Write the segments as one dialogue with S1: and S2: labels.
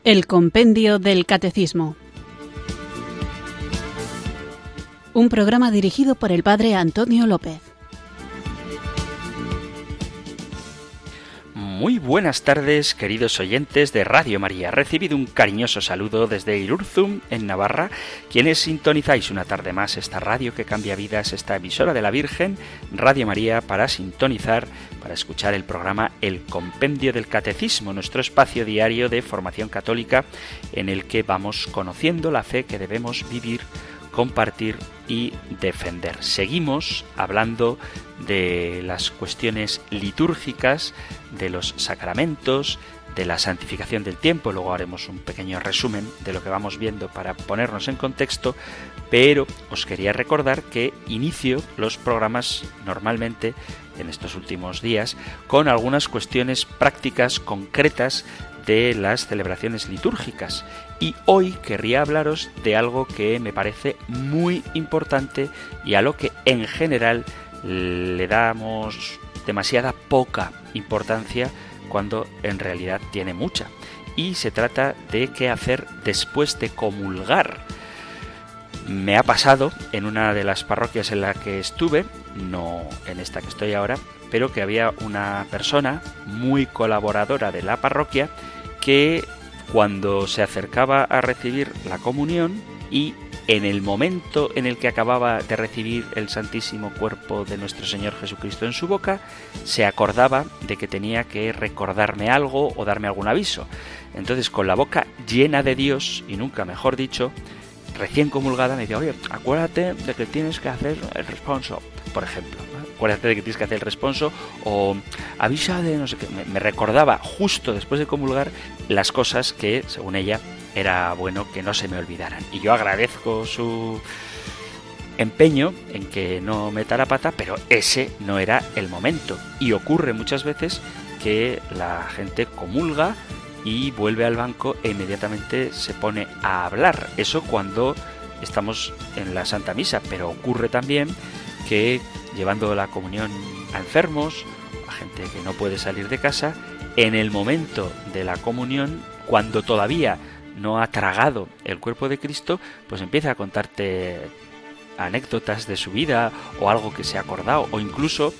S1: El Compendio del Catecismo. Un programa dirigido por el Padre Antonio López.
S2: Muy buenas tardes, queridos oyentes de Radio María. Recibido un cariñoso saludo desde Irurzum, en Navarra, quienes sintonizáis una tarde más esta radio que cambia vidas, esta emisora de la Virgen, Radio María, para sintonizar, para escuchar el programa El Compendio del Catecismo, nuestro espacio diario de formación católica en el que vamos conociendo la fe que debemos vivir, compartir y defender. Seguimos hablando de las cuestiones litúrgicas, de los sacramentos, de la santificación del tiempo. Luego haremos un pequeño resumen de lo que vamos viendo para ponernos en contexto, pero os quería recordar que inicio los programas normalmente en estos últimos días con algunas cuestiones prácticas concretas de las celebraciones litúrgicas. Y hoy querría hablaros de algo que me parece muy importante y a lo que en general le damos demasiada poca importancia cuando en realidad tiene mucha. Y se trata de qué hacer después de comulgar. Me ha pasado en una de las parroquias en la que estuve, no en esta que estoy ahora, pero que había una persona muy colaboradora de la parroquia que cuando se acercaba a recibir la comunión y en el momento en el que acababa de recibir el Santísimo Cuerpo de nuestro Señor Jesucristo en su boca, se acordaba de que tenía que recordarme algo o darme algún aviso. Entonces, con la boca llena de Dios, y nunca mejor dicho, recién comulgada, me decía: oye, acuérdate de que tienes que hacer el responso, por ejemplo. Acuérdate de que tienes que hacer el responso, o avisa de no sé qué. Me recordaba justo después de comulgar las cosas que, según ella, era bueno que no se me olvidaran. Y yo agradezco su empeño en que no meta la pata, pero ese no era el momento. Y ocurre muchas veces que la gente comulga y vuelve al banco e inmediatamente se pone a hablar. Eso cuando estamos en la Santa Misa, pero ocurre también que llevando la comunión a enfermos, a gente que no puede salir de casa, en el momento de la comunión, cuando todavía no ha tragado el cuerpo de Cristo, pues empieza a contarte anécdotas de su vida o algo que se ha acordado, o incluso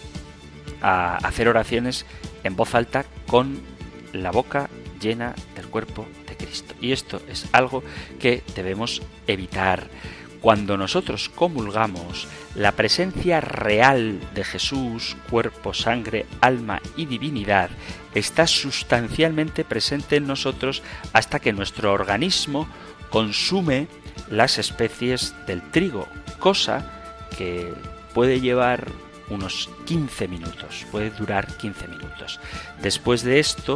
S2: a hacer oraciones en voz alta con la boca llena del cuerpo de Cristo. Y esto es algo que debemos evitar. Cuando nosotros comulgamos, la presencia real de Jesús, cuerpo, sangre, alma y divinidad, está sustancialmente presente en nosotros hasta que nuestro organismo consume las especies del trigo, cosa que puede llevar unos 15 minutos, puede durar 15 minutos. Después de esto,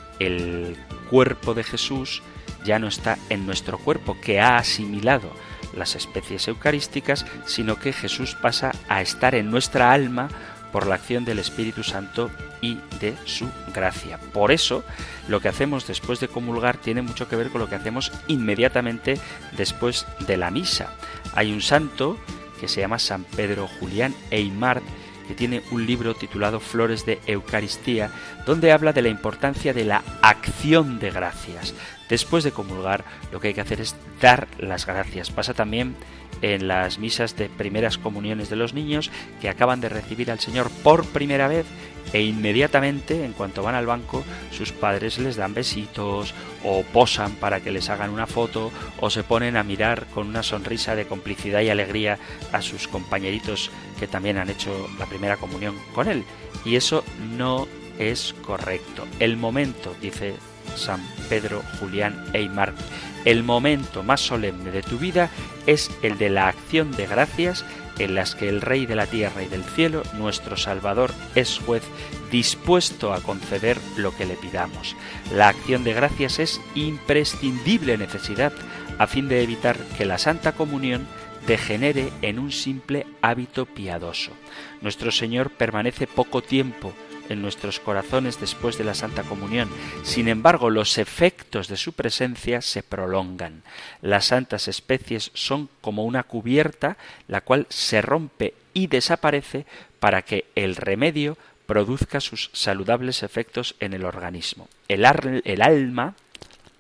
S2: el cuerpo de Jesús ya no está en nuestro cuerpo, que ha asimilado las especies eucarísticas, sino que Jesús pasa a estar en nuestra alma por la acción del Espíritu Santo y de su gracia. Por eso, lo que hacemos después de comulgar tiene mucho que ver con lo que hacemos inmediatamente después de la misa. Hay un santo que se llama San Pedro Julián Aymar, que tiene un libro titulado Flores de Eucaristía, donde habla de la importancia de la acción de gracias. Después de comulgar, lo que hay que hacer es dar las gracias. Pasa también en las misas de primeras comuniones de los niños, que acaban de recibir al Señor por primera vez, e inmediatamente, en cuanto van al banco, sus padres les dan besitos, o posan para que les hagan una foto, o se ponen a mirar con una sonrisa de complicidad y alegría a sus compañeritos que también han hecho la primera comunión con él. Y eso no es correcto. El momento, dice San Pedro Julián Aymar, el momento más solemne de tu vida es el de la acción de gracias, en las que el Rey de la tierra y del cielo, nuestro Salvador, es juez, dispuesto a conceder lo que le pidamos. La acción de gracias es imprescindible necesidad a fin de evitar que la Santa Comunión degenere en un simple hábito piadoso. Nuestro Señor permanece poco tiempo en nuestros corazones después de la Santa Comunión. Sin embargo, los efectos de su presencia se prolongan. Las santas especies son como una cubierta, la cual se rompe y desaparece para que el remedio produzca sus saludables efectos en el organismo. El alma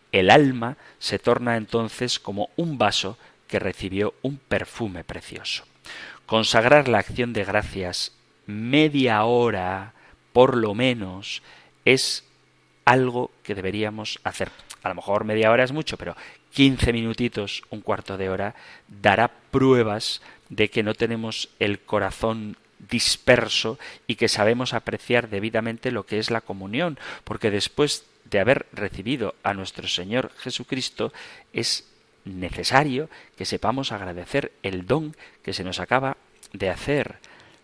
S2: El alma se torna entonces como un vaso que recibió un perfume precioso. Consagrar la acción de gracias media hora, por lo menos, es algo que deberíamos hacer. A lo mejor media hora es mucho, pero 15 minutitos, un cuarto de hora, dará pruebas de que no tenemos el corazón disperso y que sabemos apreciar debidamente lo que es la comunión, porque después de haber recibido a nuestro Señor Jesucristo es necesario que sepamos agradecer el don que se nos acaba de hacer.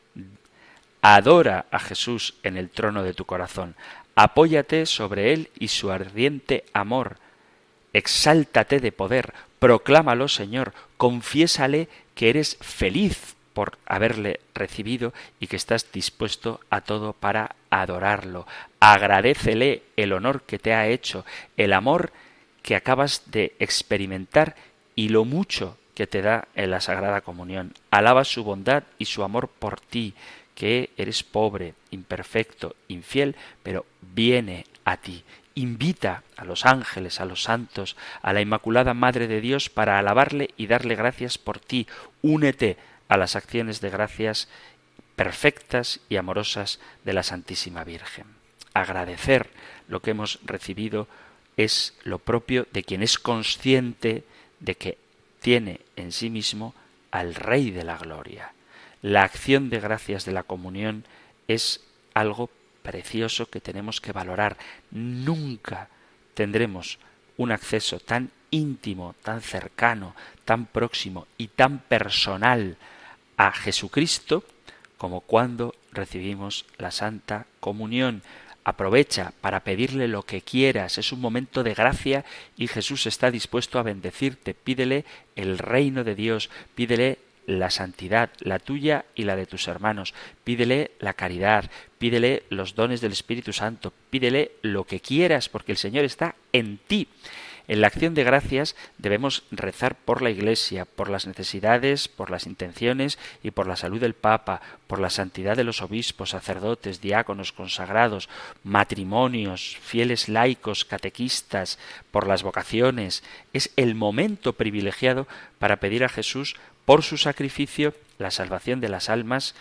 S2: Adora a Jesús en el trono de tu corazón, apóyate sobre él y su ardiente amor, exáltate de poder, proclámalo, Señor, confiésale que eres feliz por haberle recibido y que estás dispuesto a todo para adorarlo. Agradécele el honor que te ha hecho, el amor que acabas de experimentar y lo mucho que te da en la Sagrada Comunión. Alaba su bondad y su amor por ti, que eres pobre, imperfecto, infiel, pero viene a ti. Invita a los ángeles, a los santos, a la Inmaculada Madre de Dios para alabarle y darle gracias por ti. Únete a las acciones de gracias perfectas y amorosas de la Santísima Virgen. Agradecer lo que hemos recibido es lo propio de quien es consciente de que tiene en sí mismo al Rey de la Gloria. La acción de gracias de la comunión es algo precioso que tenemos que valorar. Nunca tendremos un acceso tan íntimo, tan cercano, tan próximo y tan personal a Jesucristo como cuando recibimos la Santa Comunión. Aprovecha para pedirle lo que quieras, es un momento de gracia y Jesús está dispuesto a bendecirte. Pídele el reino de Dios, pídele la santidad, la tuya y la de tus hermanos. Pídele la caridad, pídele los dones del Espíritu Santo, pídele lo que quieras porque el Señor está en ti. En la acción de gracias debemos rezar por la Iglesia, por las necesidades, por las intenciones y por la salud del Papa, por la santidad de los obispos, sacerdotes, diáconos, consagrados, matrimonios, fieles laicos, catequistas, por las vocaciones. Es el momento privilegiado para pedir a Jesús por su sacrificio la salvación de las almas,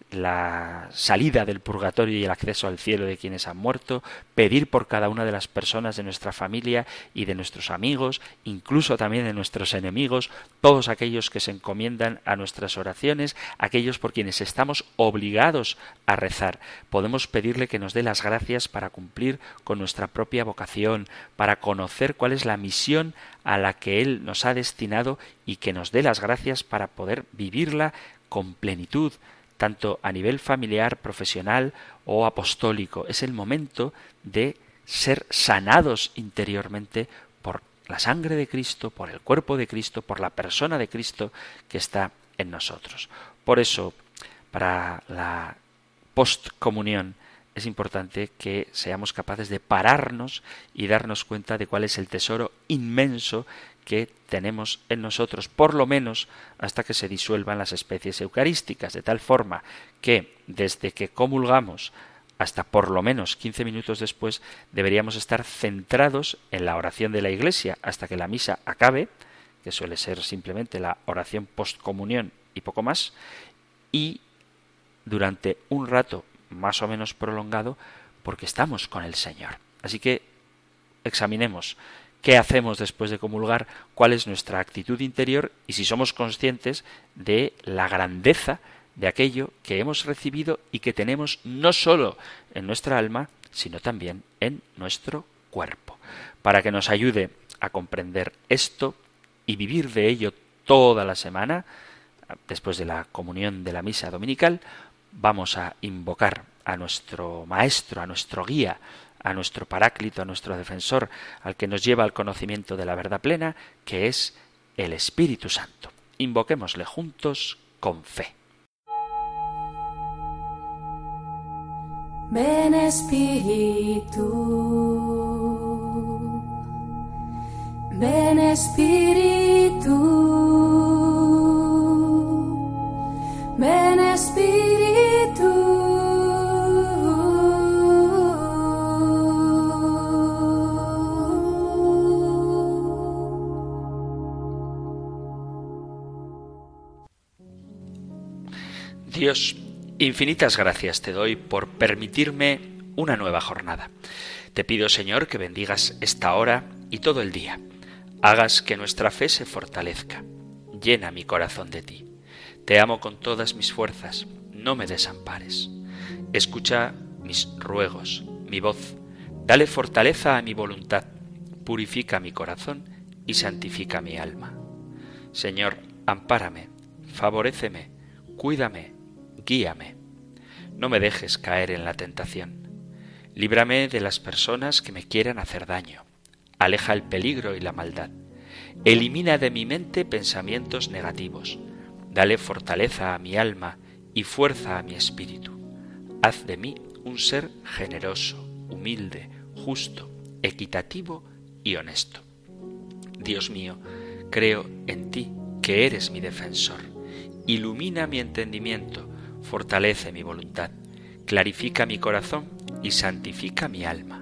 S2: la salida del purgatorio y el acceso al cielo de quienes han muerto, pedir por cada una de las personas de nuestra familia y de nuestros amigos, incluso también de nuestros enemigos, todos aquellos que se encomiendan a nuestras oraciones, aquellos por quienes estamos obligados a rezar. Podemos pedirle que nos dé las gracias para cumplir con nuestra propia vocación, para conocer cuál es la misión a la que Él nos ha destinado y que nos dé las gracias para poder vivirla con plenitud, tanto a nivel familiar, profesional o apostólico. Es el momento de ser sanados interiormente por la sangre de Cristo, por el cuerpo de Cristo, por la persona de Cristo que está en nosotros. Por eso, para la postcomunión es importante que seamos capaces de pararnos y darnos cuenta de cuál es el tesoro inmenso que tenemos en nosotros, por lo menos hasta que se disuelvan las especies eucarísticas, de tal forma que desde que comulgamos hasta por lo menos 15 minutos después deberíamos estar centrados en la oración de la Iglesia hasta que la misa acabe, que suele ser simplemente la oración postcomunión y poco más, y durante un rato más o menos prolongado porque estamos con el Señor. Así que examinemos qué hacemos después de comulgar, cuál es nuestra actitud interior y si somos conscientes de la grandeza de aquello que hemos recibido y que tenemos no solo en nuestra alma, sino también en nuestro cuerpo. Para que nos ayude a comprender esto y vivir de ello toda la semana, después de la comunión de la misa dominical, vamos a invocar a nuestro Maestro, a nuestro guía, a nuestro Paráclito, a nuestro defensor, al que nos lleva al conocimiento de la verdad plena, que es el Espíritu Santo. Invoquémosle juntos con fe.
S3: Ven Espíritu, ven Espíritu, ven Espíritu.
S2: Dios, infinitas gracias te doy por permitirme una nueva jornada. Te pido, Señor, que bendigas esta hora y todo el día. Hagas que nuestra fe se fortalezca. Llena mi corazón de ti. Te amo con todas mis fuerzas. No me desampares. Escucha mis ruegos, mi voz. Dale fortaleza a mi voluntad. Purifica mi corazón y santifica mi alma. Señor, ampárame, favoréceme, cuídame, guíame. No me dejes caer en la tentación. Líbrame de las personas que me quieran hacer daño. Aleja el peligro y la maldad. Elimina de mi mente pensamientos negativos. Dale fortaleza a mi alma y fuerza a mi espíritu. Haz de mí un ser generoso, humilde, justo, equitativo y honesto. Dios mío, creo en ti, que eres mi defensor. Ilumina mi entendimiento, fortalece mi voluntad, clarifica mi corazón y santifica mi alma.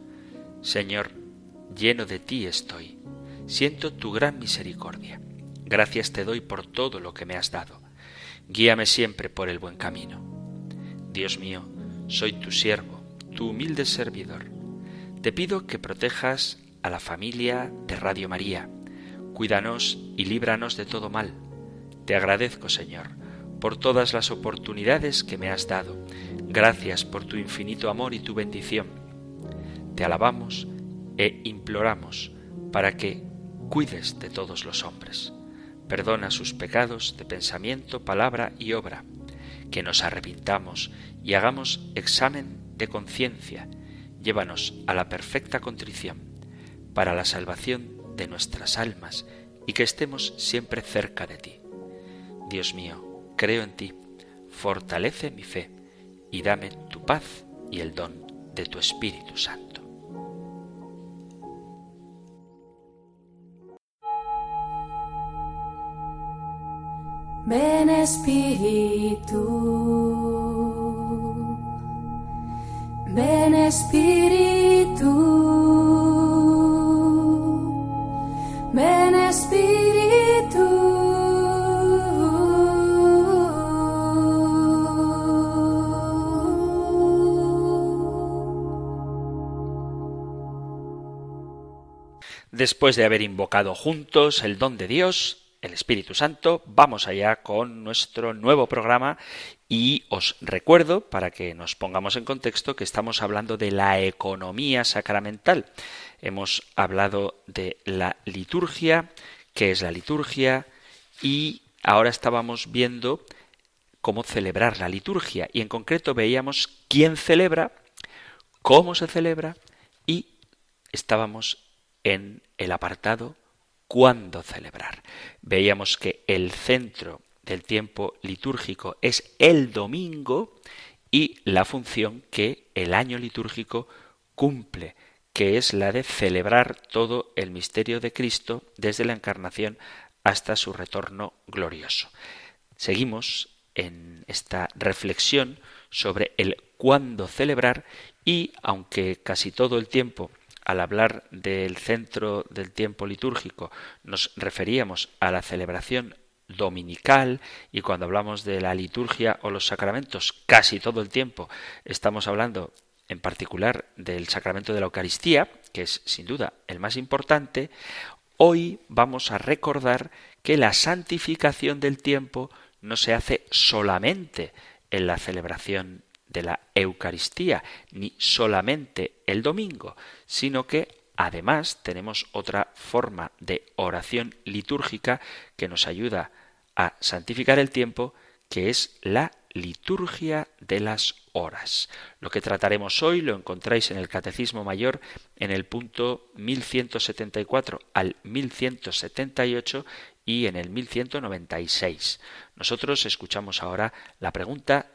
S2: Señor, lleno de ti estoy. Siento tu gran misericordia. Gracias te doy por todo lo que me has dado. Guíame siempre por el buen camino. Dios mío, soy tu siervo, tu humilde servidor. Te pido que protejas a la familia de Radio María. Cuídanos y líbranos de todo mal. Te agradezco, Señor, por todas las oportunidades que me has dado. Gracias por tu infinito amor y tu bendición. Te alabamos e imploramos para que cuides de todos los hombres. Perdona sus pecados de pensamiento, palabra y obra. Que nos arrepintamos y hagamos examen de conciencia. Llévanos a la perfecta contrición para la salvación de nuestras almas y que estemos siempre cerca de ti. Dios mío, creo en ti, fortalece mi fe y dame tu paz y el don de tu Espíritu Santo.
S3: Ven Espíritu, ven Espíritu, ven Espíritu.
S2: Después de haber invocado juntos el don de Dios, el Espíritu Santo, vamos allá con nuestro nuevo programa y os recuerdo, para que nos pongamos en contexto, que estamos hablando de la economía sacramental. Hemos hablado de la liturgia, qué es la liturgia, y ahora estábamos viendo cómo celebrar la liturgia, y en concreto veíamos quién celebra, cómo se celebra, y estábamos en el apartado ¿cuándo celebrar? Veíamos que el centro del tiempo litúrgico es el domingo y la función que el año litúrgico cumple, que es la de celebrar todo el misterio de Cristo desde la encarnación hasta su retorno glorioso. Seguimos en esta reflexión sobre el cuándo celebrar y, aunque casi todo el tiempo al hablar del centro del tiempo litúrgico nos referíamos a la celebración dominical, y cuando hablamos de la liturgia o los sacramentos casi todo el tiempo estamos hablando en particular del sacramento de la Eucaristía, que es sin duda el más importante, hoy vamos a recordar que la santificación del tiempo no se hace solamente en la celebración de la Eucaristía, ni solamente el domingo, sino que además tenemos otra forma de oración litúrgica que nos ayuda a santificar el tiempo, que es la liturgia de las horas. Lo que trataremos hoy lo encontráis en el Catecismo Mayor en el punto 1174 al 1178 y en el 1196. Nosotros escuchamos ahora la pregunta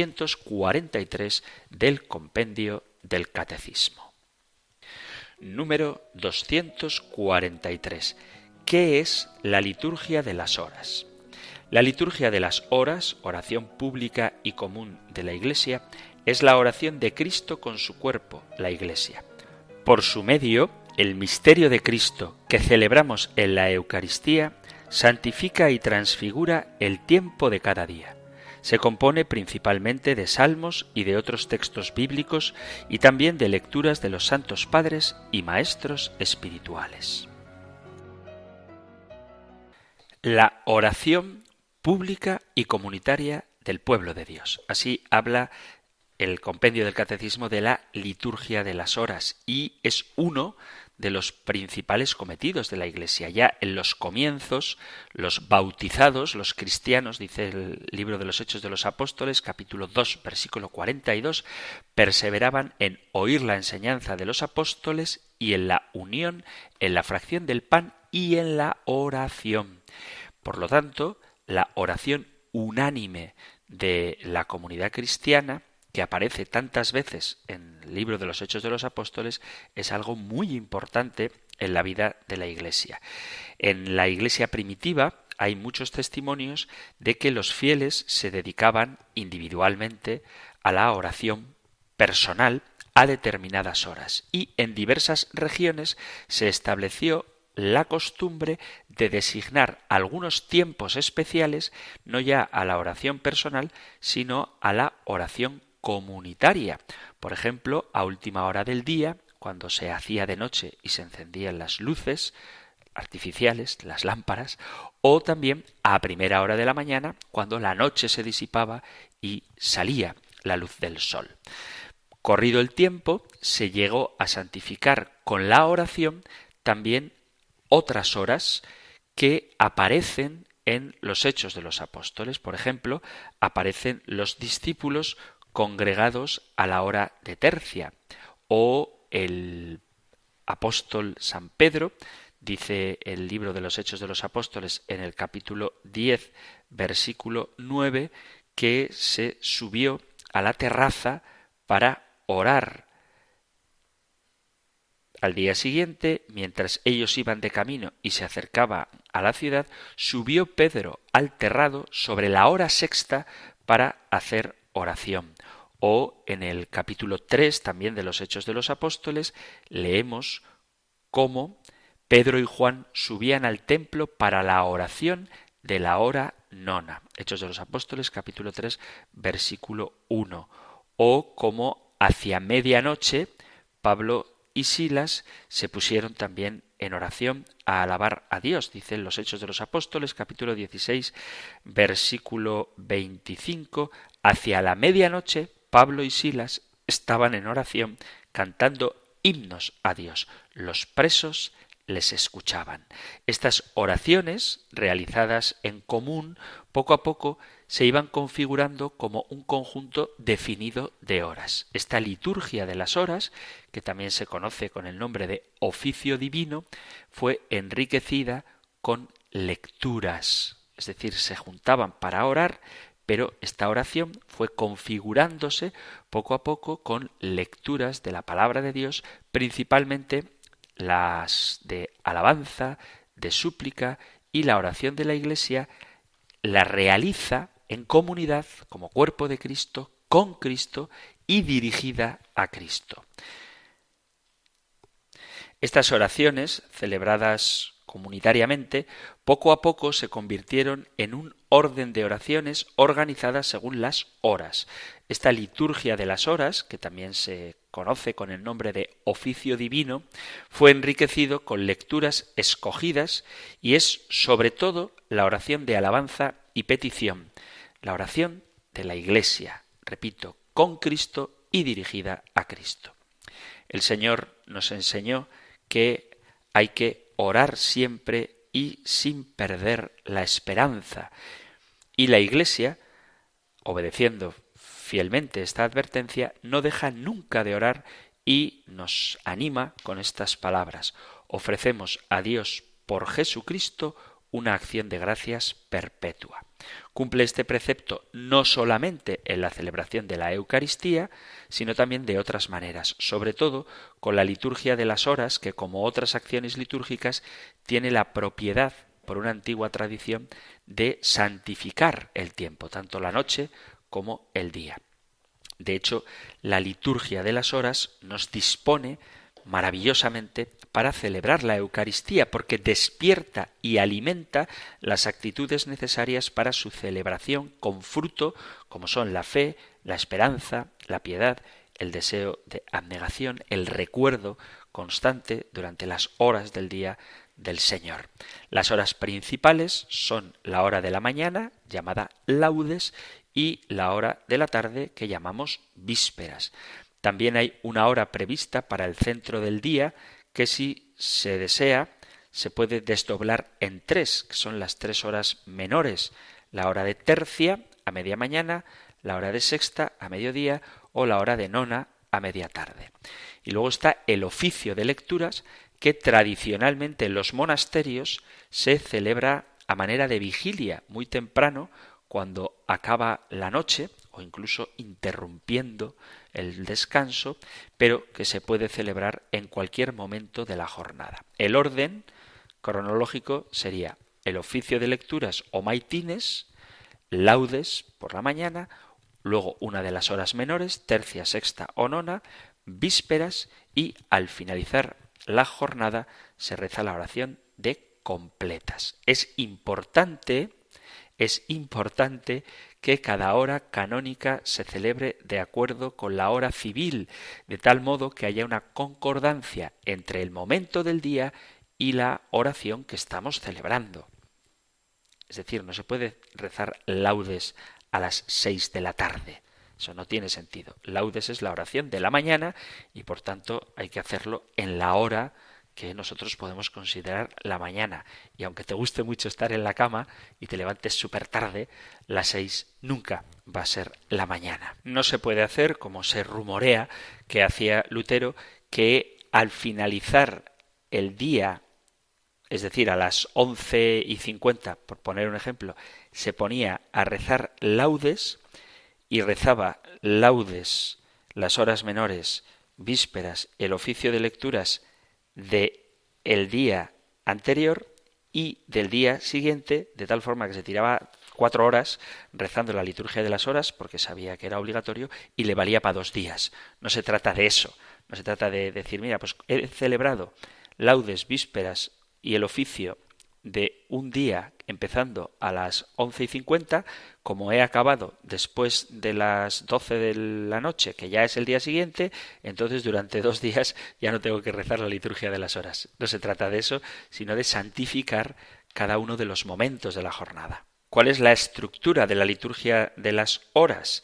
S2: 243 del compendio del Catecismo. Número 243. ¿Qué es la liturgia de las horas? La liturgia de las horas, oración pública y común de la Iglesia, es la oración de Cristo con su cuerpo, la Iglesia. Por su medio, el misterio de Cristo que celebramos en la Eucaristía santifica y transfigura el tiempo de cada día. Se compone principalmente de salmos y de otros textos bíblicos y también de lecturas de los santos padres y maestros espirituales. La oración pública y comunitaria del pueblo de Dios. Así habla el compendio del Catecismo de la liturgia de las horas y es uno de los principales cometidos de la Iglesia. Ya en los comienzos, los bautizados, los cristianos, dice el libro de los Hechos de los Apóstoles, capítulo 2, versículo 42, perseveraban en oír la enseñanza de los apóstoles y en la unión, en la fracción del pan y en la oración. Por lo tanto, la oración unánime de la comunidad cristiana, que aparece tantas veces en el libro de los Hechos de los Apóstoles, es algo muy importante en la vida de la Iglesia. En la Iglesia primitiva hay muchos testimonios de que los fieles se dedicaban individualmente a la oración personal a determinadas horas y en diversas regiones se estableció la costumbre de designar algunos tiempos especiales no ya a la oración personal, sino a la oración comunitaria. Por ejemplo, a última hora del día, cuando se hacía de noche y se encendían las luces artificiales, las lámparas, o también a primera hora de la mañana, cuando la noche se disipaba y salía la luz del sol. Corrido el tiempo, se llegó a santificar con la oración también otras horas que aparecen en los Hechos de los Apóstoles. Por ejemplo, aparecen los discípulos congregados a la hora de tercia, o el apóstol San Pedro, dice el libro de los Hechos de los Apóstoles en el capítulo 10, versículo 9, que se subió a la terraza para orar. Al día siguiente, mientras ellos iban de camino y se acercaba a la ciudad, subió Pedro al terrado sobre la hora sexta para hacer oración. O en el capítulo 3 también de los Hechos de los Apóstoles leemos cómo Pedro y Juan subían al templo para la oración de la hora nona. Hechos de los Apóstoles, capítulo 3, versículo 1. O cómo hacia medianoche Pablo y Silas se pusieron también en oración a alabar a Dios. Dicen los Hechos de los Apóstoles, capítulo 16, versículo 25. Hacia la medianoche, Pablo y Silas estaban en oración cantando himnos a Dios. Los presos les escuchaban. Estas oraciones, realizadas en común, poco a poco se iban configurando como un conjunto definido de horas. Esta liturgia de las horas, que también se conoce con el nombre de oficio divino, fue enriquecida con lecturas. Es decir, se juntaban para orar, pero esta oración fue configurándose poco a poco con lecturas de la palabra de Dios, principalmente las de alabanza, de súplica, y la oración de la Iglesia la realiza en comunidad, como cuerpo de Cristo, con Cristo y dirigida a Cristo. Estas oraciones, celebradas comunitariamente, poco a poco se convirtieron en un orden de oraciones organizadas según las horas. Esta liturgia de las horas, que también se conoce con el nombre de oficio divino, fue enriquecido con lecturas escogidas y es sobre todo la oración de alabanza y petición, la oración de la Iglesia, repito, con Cristo y dirigida a Cristo. El Señor nos enseñó que hay que orar siempre y sin perder la esperanza. Y la Iglesia, obedeciendo fielmente esta advertencia, no deja nunca de orar y nos anima con estas palabras. Ofrecemos a Dios por Jesucristo una acción de gracias perpetua. Cumple este precepto no solamente en la celebración de la Eucaristía, sino también de otras maneras, sobre todo con la liturgia de las horas, que como otras acciones litúrgicas tiene la propiedad, por una antigua tradición, de santificar el tiempo, tanto la noche como el día. De hecho, la liturgia de las horas nos dispone maravillosamente para celebrar la Eucaristía, porque despierta y alimenta las actitudes necesarias para su celebración con fruto, como son la fe, la esperanza, la piedad, el deseo de abnegación, el recuerdo constante durante las horas del día del Señor. Las horas principales son la hora de la mañana, llamada laudes, y la hora de la tarde, que llamamos vísperas. También hay una hora prevista para el centro del día, que si se desea, se puede desdoblar en tres, que son las 3 horas menores: la hora de tercia a media mañana, la hora de sexta a mediodía o la hora de nona a media tarde. Y luego está el oficio de lecturas, que tradicionalmente en los monasterios se celebra a manera de vigilia muy temprano, cuando acaba la noche, o incluso interrumpiendo el descanso, pero que se puede celebrar en cualquier momento de la jornada. El orden cronológico sería el oficio de lecturas o maitines, laudes por la mañana, luego una de las horas menores, tercia, sexta o nona, vísperas, y al finalizar la jornada se reza la oración de completas. Es importante que cada hora canónica se celebre de acuerdo con la hora civil, de tal modo que haya una concordancia entre el momento del día y la oración que estamos celebrando. Es decir, no se puede rezar laudes a las 6 de la tarde. Eso no tiene sentido. Laudes es la oración de la mañana y por tanto hay que hacerlo en la hora que nosotros podemos considerar la mañana. Y aunque te guste mucho estar en la cama y te levantes súper tarde, las 6 nunca va a ser la mañana. No se puede hacer, como se rumorea que hacía Lutero, que al finalizar el día, es decir, a las 11:50, por poner un ejemplo, se ponía a rezar laudes y rezaba laudes, las horas menores, vísperas, el oficio de lecturas de el día anterior y del día siguiente, de tal forma que se tiraba 4 horas rezando la liturgia de las horas, porque sabía que era obligatorio, y le valía para 2 días. No se trata de eso, no se trata de decir, mira, pues he celebrado laudes, vísperas y el oficio de un día empezando a las 11:50, como he acabado después de las 12 de la noche, que ya es el día siguiente, entonces durante 2 días ya no tengo que rezar la liturgia de las horas. No se trata de eso, sino de santificar cada uno de los momentos de la jornada. ¿Cuál es la estructura de la liturgia de las horas?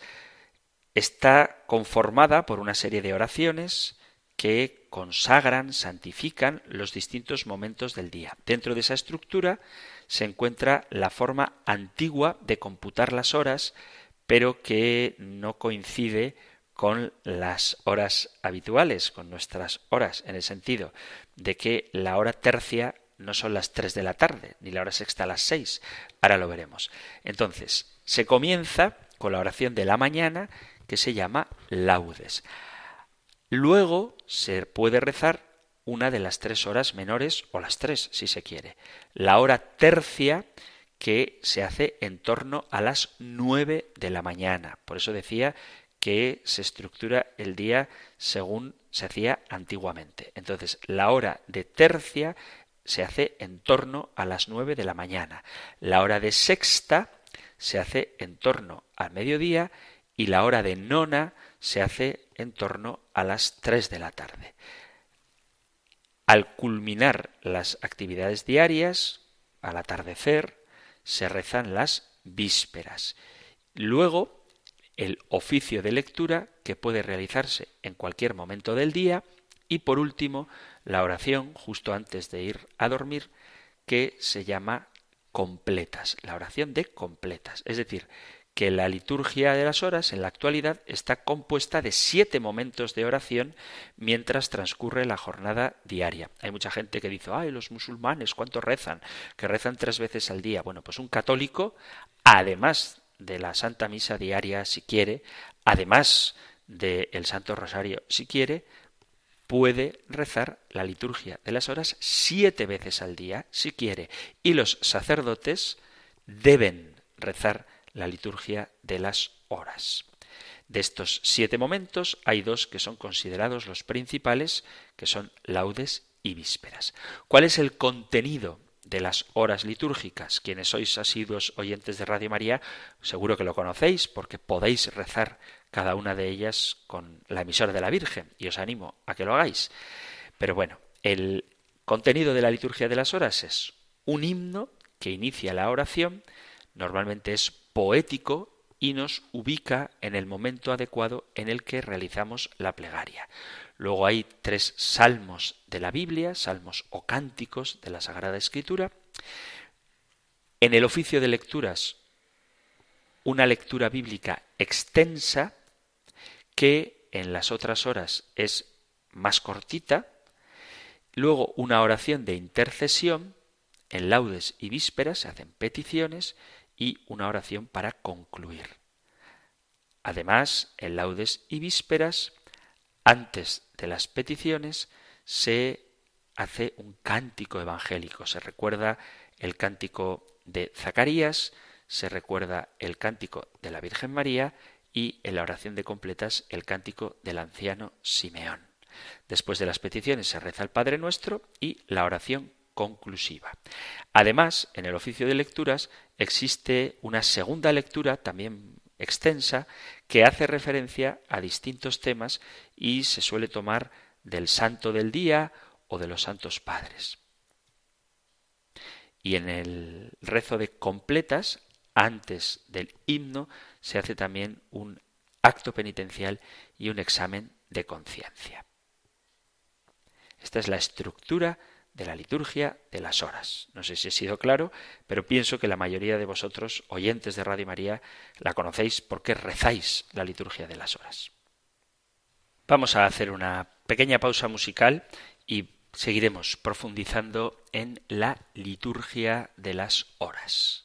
S2: Está conformada por una serie de oraciones que consagran, santifican los distintos momentos del día. Dentro de esa estructura se encuentra la forma antigua de computar las horas, pero que no coincide con las horas habituales, con nuestras horas, en el sentido de que la hora tercia no son las 3 de la tarde, ni la hora sexta a las 6. Ahora lo veremos. Entonces, se comienza con la oración de la mañana, que se llama laudes. Luego se puede rezar una de las 3 horas menores, o las 3 si se quiere. La hora tercia, que se hace en torno a las 9 de la mañana. Por eso decía que se estructura el día según se hacía antiguamente. Entonces, la hora de tercia se hace en torno a las 9 de la mañana. La hora de sexta se hace en torno al mediodía y la hora de nona se hace en torno a las 3 de la tarde. Al culminar las actividades diarias, al atardecer, se rezan las vísperas. Luego, el oficio de lectura, que puede realizarse en cualquier momento del día. Y por último, la oración, justo antes de ir a dormir, que se llama completas, la oración de completas. Es decir, que la liturgia de las horas en la actualidad está compuesta de 7 momentos de oración mientras transcurre la jornada diaria. Hay mucha gente que dice, ¡ay, los musulmanes cuánto rezan! Que rezan 3 veces al día. Bueno, pues un católico, además de la Santa Misa diaria, si quiere, además del Santo Rosario, si quiere, puede rezar la liturgia de las horas 7 veces al día, si quiere. Y los sacerdotes deben rezar la liturgia de las horas. De estos 7 momentos hay 2 que son considerados los principales, que son laudes y vísperas. ¿Cuál es el contenido de las horas litúrgicas? Quienes sois asiduos oyentes de Radio María, seguro que lo conocéis porque podéis rezar cada una de ellas con la emisora de la Virgen y os animo a que lo hagáis. Pero bueno, el contenido de la liturgia de las horas es un himno que inicia la oración, normalmente es poético y nos ubica en el momento adecuado en el que realizamos la plegaria. Luego hay 3 salmos de la Biblia, salmos o cánticos de la Sagrada Escritura. En el oficio de lecturas, una lectura bíblica extensa que en las otras horas es más cortita. Luego una oración de intercesión. En laudes y vísperas se hacen peticiones y una oración para concluir. Además, en laudes y vísperas, antes de las peticiones, se hace un cántico evangélico. Se recuerda el cántico de Zacarías, se recuerda el cántico de la Virgen María y en la oración de completas el cántico del anciano Simeón. Después de las peticiones se reza el Padre Nuestro y la oración conclusiva. Además, en el oficio de lecturas existe una segunda lectura también extensa que hace referencia a distintos temas y se suele tomar del santo del día o de los santos padres. Y en el rezo de completas, antes del himno, se hace también un acto penitencial y un examen de conciencia. Esta es la estructura de la liturgia de las horas. No sé si he sido claro, pero pienso que la mayoría de vosotros, oyentes de Radio María, la conocéis porque rezáis la liturgia de las horas. Vamos a hacer una pequeña pausa musical y seguiremos profundizando en la liturgia de las horas.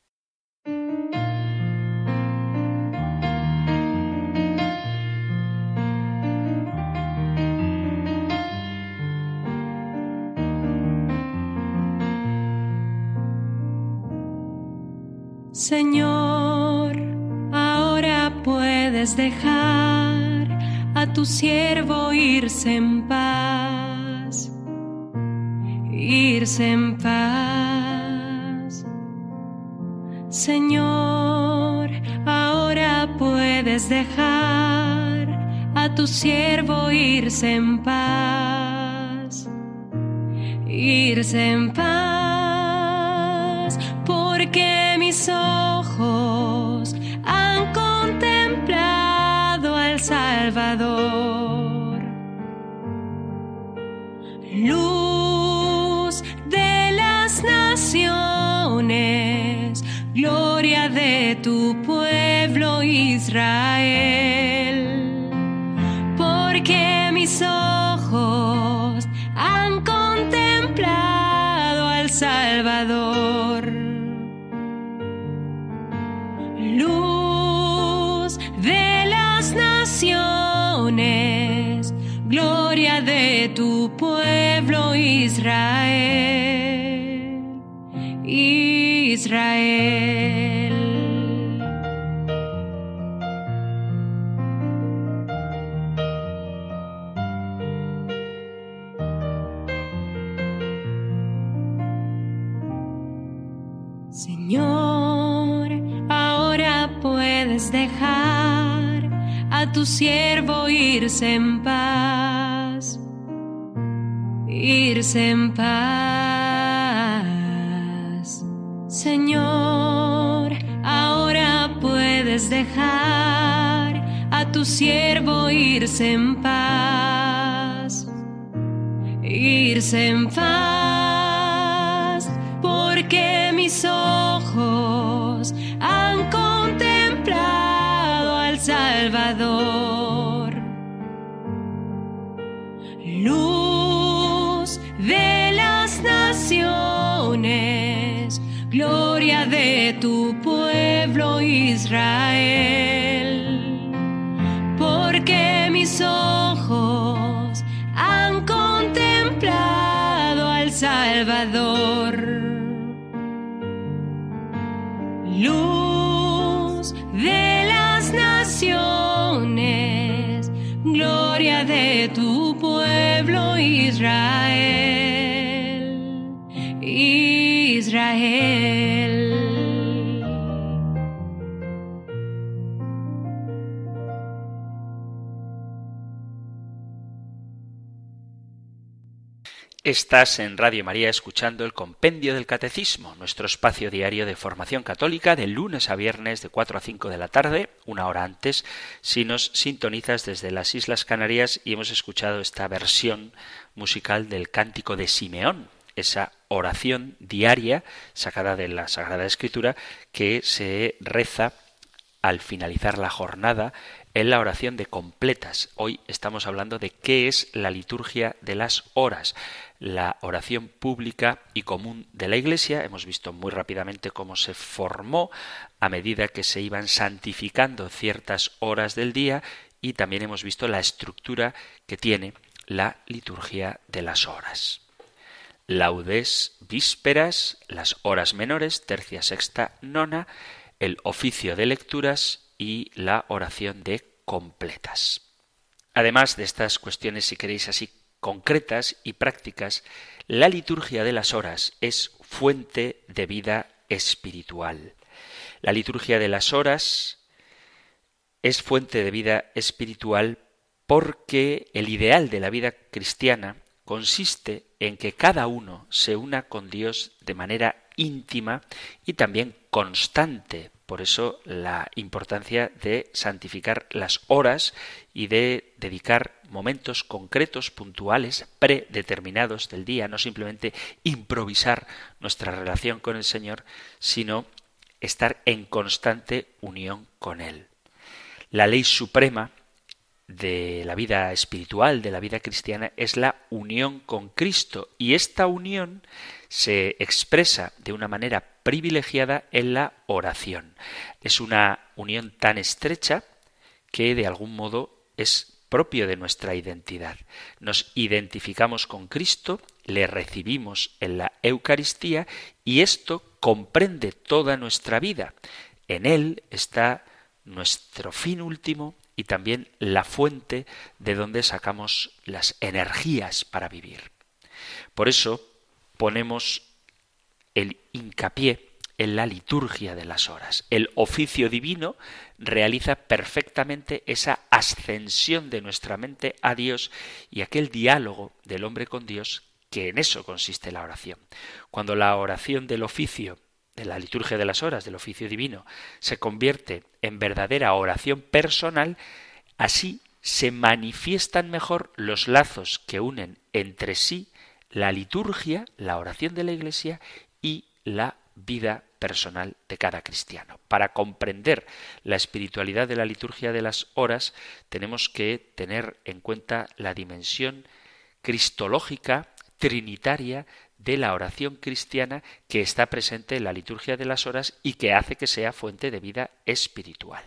S4: Señor, ahora puedes dejar a tu siervo irse en paz, irse en paz. Señor, ahora puedes dejar a tu siervo irse en paz, irse en paz, porque mis ojos han contemplado al Salvador, luz de las naciones, gloria de tu pueblo Israel, porque mis ojos han contemplado al Salvador, luz de las naciones, gloria de tu pueblo Israel, Israel. Señor, ahora puedes dejar a tu siervo irse en paz, irse en paz. Señor, ahora puedes dejar a tu siervo irse en paz, irse en paz, porque mis ojos han contemplado al Salvador, luz de las naciones, gloria de tu pueblo Israel, porque mis ojos han contemplado al Salvador, luz de las naciones, gloria de tu pueblo Israel, Israel.
S2: Estás en Radio María escuchando el Compendio del Catecismo, nuestro espacio diario de formación católica de lunes a viernes de 4 a 5 de la tarde, una hora antes, si nos sintonizas desde las Islas Canarias y hemos escuchado esta versión musical del Cántico de Simeón, esa oración diaria sacada de la Sagrada Escritura que se reza al finalizar la jornada en la oración de completas. Hoy estamos hablando de qué es la liturgia de las horas, la oración pública y común de la Iglesia. Hemos visto muy rápidamente cómo se formó a medida que se iban santificando ciertas horas del día y también hemos visto la estructura que tiene la liturgia de las horas. Laudes, vísperas, las horas menores, tercia, sexta, nona, el oficio de lecturas y la oración de completas. Además de estas cuestiones, si queréis así concretas y prácticas, la liturgia de las horas es fuente de vida espiritual. La liturgia de las horas es fuente de vida espiritual porque el ideal de la vida cristiana consiste en que cada uno se una con Dios de manera íntima y también constante. Por eso la importancia de santificar las horas y de dedicar momentos concretos, puntuales, predeterminados del día, no simplemente improvisar nuestra relación con el Señor, sino estar en constante unión con Él. La ley suprema de la vida espiritual, de la vida cristiana, es la unión con Cristo, y esta unión se expresa de una manera privilegiada en la oración. Es una unión tan estrecha que de algún modo es propio de nuestra identidad. Nos identificamos con Cristo, le recibimos en la Eucaristía y esto comprende toda nuestra vida. En Él está nuestro fin último y también la fuente de donde sacamos las energías para vivir. Por eso ponemos el hincapié en la liturgia de las horas. El oficio divino realiza perfectamente esa ascensión de nuestra mente a Dios y aquel diálogo del hombre con Dios, que en eso consiste la oración. Cuando la oración del oficio, de la liturgia de las horas, del oficio divino, se convierte en verdadera oración personal, así se manifiestan mejor los lazos que unen entre sí la liturgia, la oración de la Iglesia y la vida personal de cada cristiano. Para comprender la espiritualidad de la liturgia de las horas, tenemos que tener en cuenta la dimensión cristológica, trinitaria, de la oración cristiana que está presente en la liturgia de las horas y que hace que sea fuente de vida espiritual.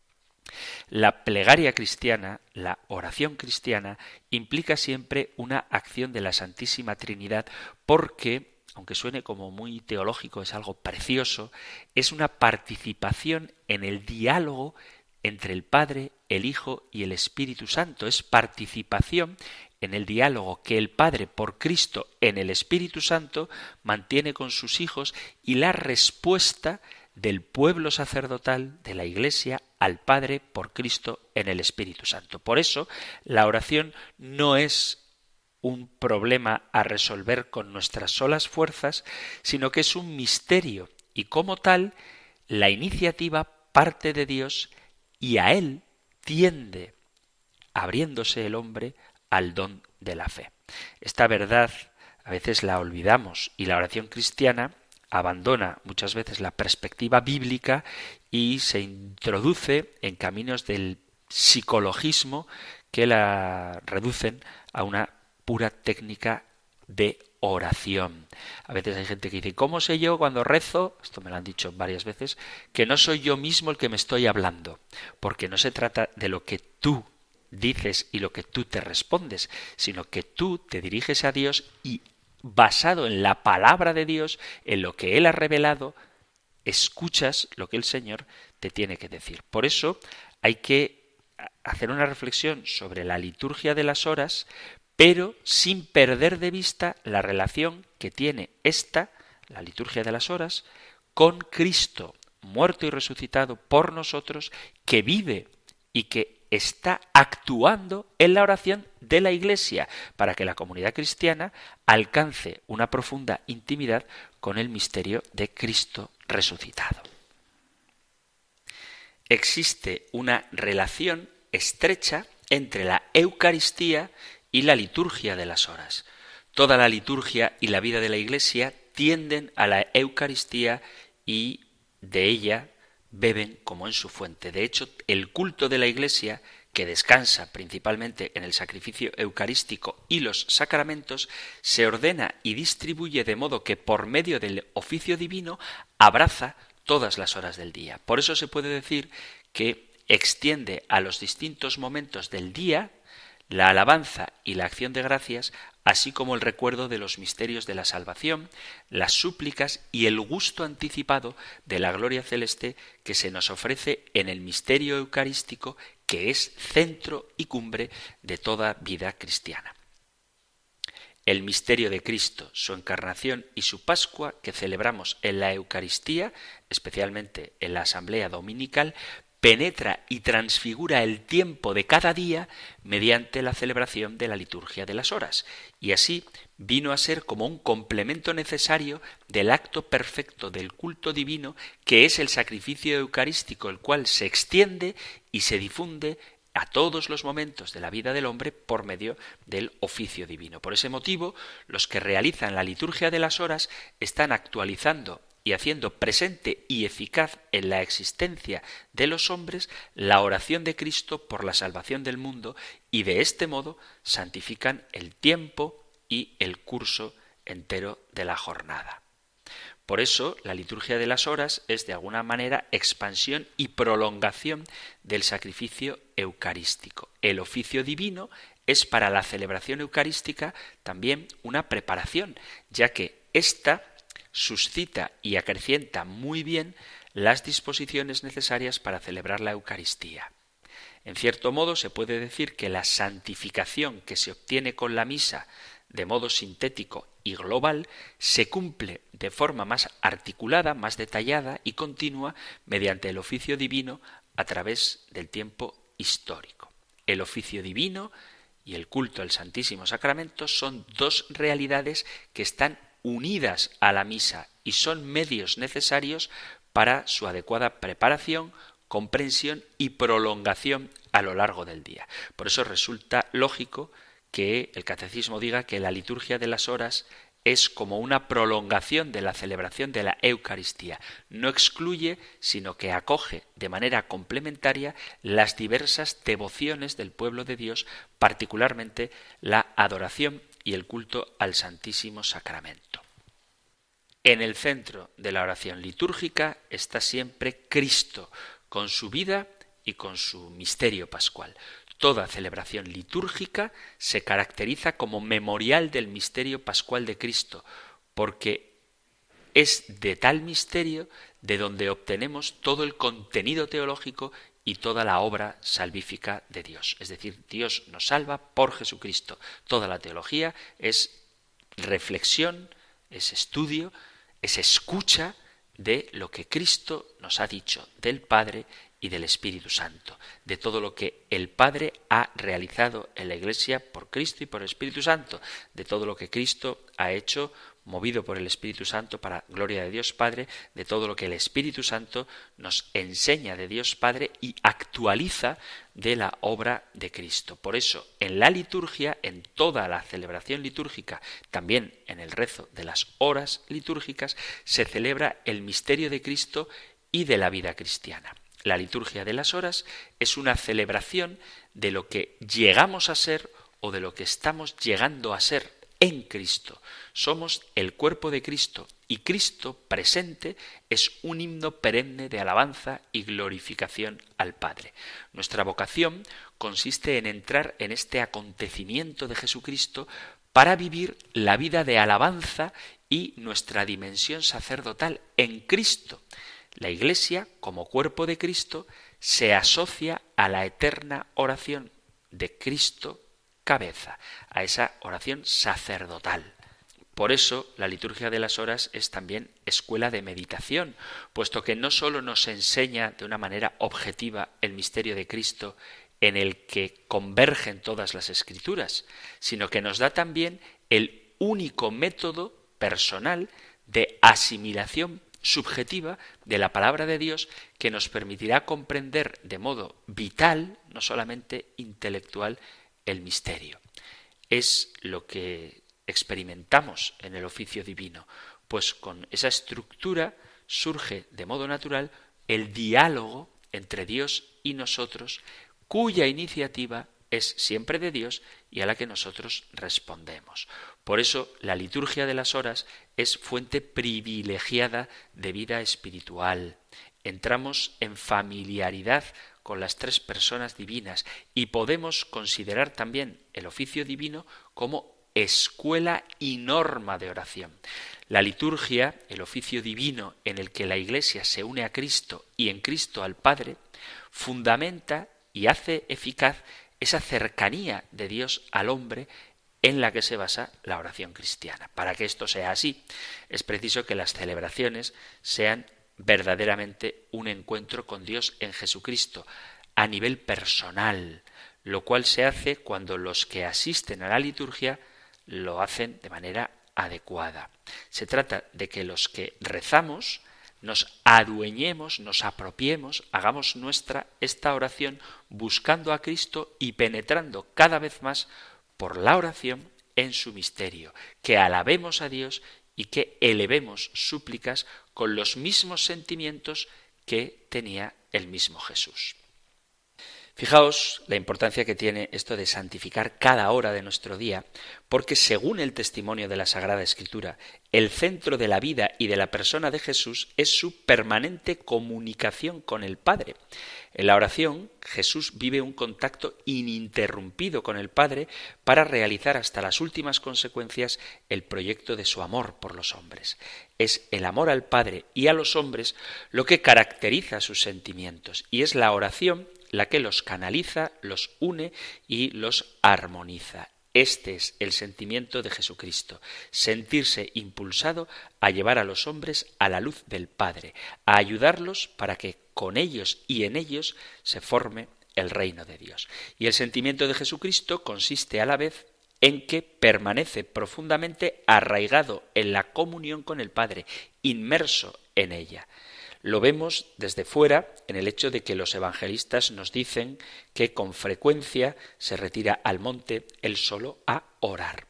S2: La plegaria cristiana, la oración cristiana, implica siempre una acción de la Santísima Trinidad porque, aunque suene como muy teológico, es algo precioso, es una participación en el diálogo entre el Padre, el Hijo y el Espíritu Santo. Es participación en el diálogo que el Padre, por Cristo, en el Espíritu Santo, mantiene con sus hijos y la respuesta del pueblo sacerdotal de la Iglesia al Padre, por Cristo, en el Espíritu Santo. Por eso, la oración no es un problema a resolver con nuestras solas fuerzas, sino que es un misterio y como tal, la iniciativa parte de Dios y a Él tiende, abriéndose el hombre al don de la fe. Esta verdad a veces la olvidamos y la oración cristiana abandona muchas veces la perspectiva bíblica y se introduce en caminos del psicologismo que la reducen a una pura técnica de oración. A veces hay gente que dice, ¿cómo sé yo cuando rezo? Esto me lo han dicho varias veces, que no soy yo mismo el que me estoy hablando, porque no se trata de lo que tú dices y lo que tú te respondes, sino que tú te diriges a Dios y basado en la palabra de Dios, en lo que Él ha revelado, escuchas lo que el Señor te tiene que decir. Por eso hay que hacer una reflexión sobre la liturgia de las horas, pero sin perder de vista la relación que tiene la liturgia de las horas, con Cristo, muerto y resucitado por nosotros, que vive y que está actuando en la oración de la Iglesia para que la comunidad cristiana alcance una profunda intimidad con el misterio de Cristo resucitado. Existe una relación estrecha entre la Eucaristía y la liturgia de las horas. Toda la liturgia y la vida de la Iglesia tienden a la Eucaristía y de ella beben como en su fuente. De hecho, el culto de la Iglesia, que descansa principalmente en el sacrificio eucarístico y los sacramentos, se ordena y distribuye de modo que por medio del oficio divino abraza todas las horas del día. Por eso se puede decir que extiende a los distintos momentos del día la alabanza y la acción de gracias, así como el recuerdo de los misterios de la salvación, las súplicas y el gusto anticipado de la gloria celeste que se nos ofrece en el misterio eucarístico, que es centro y cumbre de toda vida cristiana. El misterio de Cristo, su encarnación y su Pascua, que celebramos en la Eucaristía, especialmente en la Asamblea Dominical, penetra y transfigura el tiempo de cada día mediante la celebración de la liturgia de las horas, y así vino a ser como un complemento necesario del acto perfecto del culto divino, que es el sacrificio eucarístico, el cual se extiende y se difunde a todos los momentos de la vida del hombre por medio del oficio divino. Por ese motivo, los que realizan la liturgia de las horas están actualizando y haciendo presente y eficaz en la existencia de los hombres la oración de Cristo por la salvación del mundo, y de este modo santifican el tiempo y el curso entero de la jornada. Por eso, la liturgia de las horas es de alguna manera expansión y prolongación del sacrificio eucarístico. El oficio divino es para la celebración eucarística también una preparación, ya que ésta suscita y acrecienta muy bien las disposiciones necesarias para celebrar la Eucaristía. En cierto modo se puede decir que la santificación que se obtiene con la misa de modo sintético y global se cumple de forma más articulada, más detallada y continua mediante el oficio divino a través del tiempo histórico. El oficio divino y el culto al Santísimo Sacramento son dos realidades que están unidas a la misa y son medios necesarios para su adecuada preparación, comprensión y prolongación a lo largo del día. Por eso resulta lógico que el catecismo diga que la liturgia de las horas es como una prolongación de la celebración de la Eucaristía. No excluye, sino que acoge de manera complementaria las diversas devociones del pueblo de Dios, particularmente la adoración y el culto al Santísimo Sacramento. En el centro de la oración litúrgica está siempre Cristo, con su vida y con su misterio pascual. Toda celebración litúrgica se caracteriza como memorial del misterio pascual de Cristo, porque es de tal misterio de donde obtenemos todo el contenido teológico y toda la obra salvífica de Dios. Es decir, Dios nos salva por Jesucristo. Toda la teología es reflexión, es estudio, es escucha de lo que Cristo nos ha dicho del Padre y del Espíritu Santo, de todo lo que el Padre ha realizado en la Iglesia por Cristo y por el Espíritu Santo, de todo lo que Cristo ha hecho movido por el Espíritu Santo para gloria de Dios Padre, de todo lo que el Espíritu Santo nos enseña de Dios Padre y actualiza de la obra de Cristo. Por eso, en la liturgia, en toda la celebración litúrgica, también en el rezo de las horas litúrgicas, se celebra el misterio de Cristo y de la vida cristiana. La liturgia de las horas es una celebración de lo que llegamos a ser o de lo que estamos llegando a ser en Cristo. Somos el cuerpo de Cristo y Cristo presente es un himno perenne de alabanza y glorificación al Padre. Nuestra vocación consiste en entrar en este acontecimiento de Jesucristo para vivir la vida de alabanza y nuestra dimensión sacerdotal en Cristo. La Iglesia, como cuerpo de Cristo, se asocia a la eterna oración de Cristo cabeza, a esa oración sacerdotal. Por eso la liturgia de las horas es también escuela de meditación, puesto que no solo nos enseña de una manera objetiva el misterio de Cristo en el que convergen todas las Escrituras, sino que nos da también el único método personal de asimilación subjetiva de la palabra de Dios que nos permitirá comprender de modo vital, no solamente intelectual, el misterio. Es lo que experimentamos en el oficio divino, pues con esa estructura surge de modo natural el diálogo entre Dios y nosotros, cuya iniciativa es siempre de Dios y a la que nosotros respondemos. Por eso la liturgia de las horas es fuente privilegiada de vida espiritual. Entramos en familiaridad con las tres personas divinas y podemos considerar también el oficio divino como escuela y norma de oración. La liturgia, el oficio divino en el que la Iglesia se une a Cristo y en Cristo al Padre, fundamenta y hace eficaz esa cercanía de Dios al hombre en la que se basa la oración cristiana. Para que esto sea así, es preciso que las celebraciones sean verdaderamente un encuentro con Dios en Jesucristo, a nivel personal, lo cual se hace cuando los que asisten a la liturgia lo hacen de manera adecuada. Se trata de que los que rezamos nos adueñemos, nos apropiemos, hagamos nuestra esta oración buscando a Cristo y penetrando cada vez más por la oración en su misterio, que alabemos a Dios y que elevemos súplicas con los mismos sentimientos que tenía el mismo Jesús. Fijaos la importancia que tiene esto de santificar cada hora de nuestro día, porque según el testimonio de la Sagrada Escritura, el centro de la vida y de la persona de Jesús es su permanente comunicación con el Padre. En la oración, Jesús vive un contacto ininterrumpido con el Padre para realizar hasta las últimas consecuencias el proyecto de su amor por los hombres. Es el amor al Padre y a los hombres lo que caracteriza sus sentimientos, y es la oración la que los canaliza, los une y los armoniza. Este es el sentimiento de Jesucristo, sentirse impulsado a llevar a los hombres a la luz del Padre, a ayudarlos para que con ellos y en ellos se forme el reino de Dios. Y el sentimiento de Jesucristo consiste a la vez en que permanece profundamente arraigado en la comunión con el Padre, inmerso en ella. Lo vemos desde fuera en el hecho de que los evangelistas nos dicen que con frecuencia se retira al monte él solo a orar.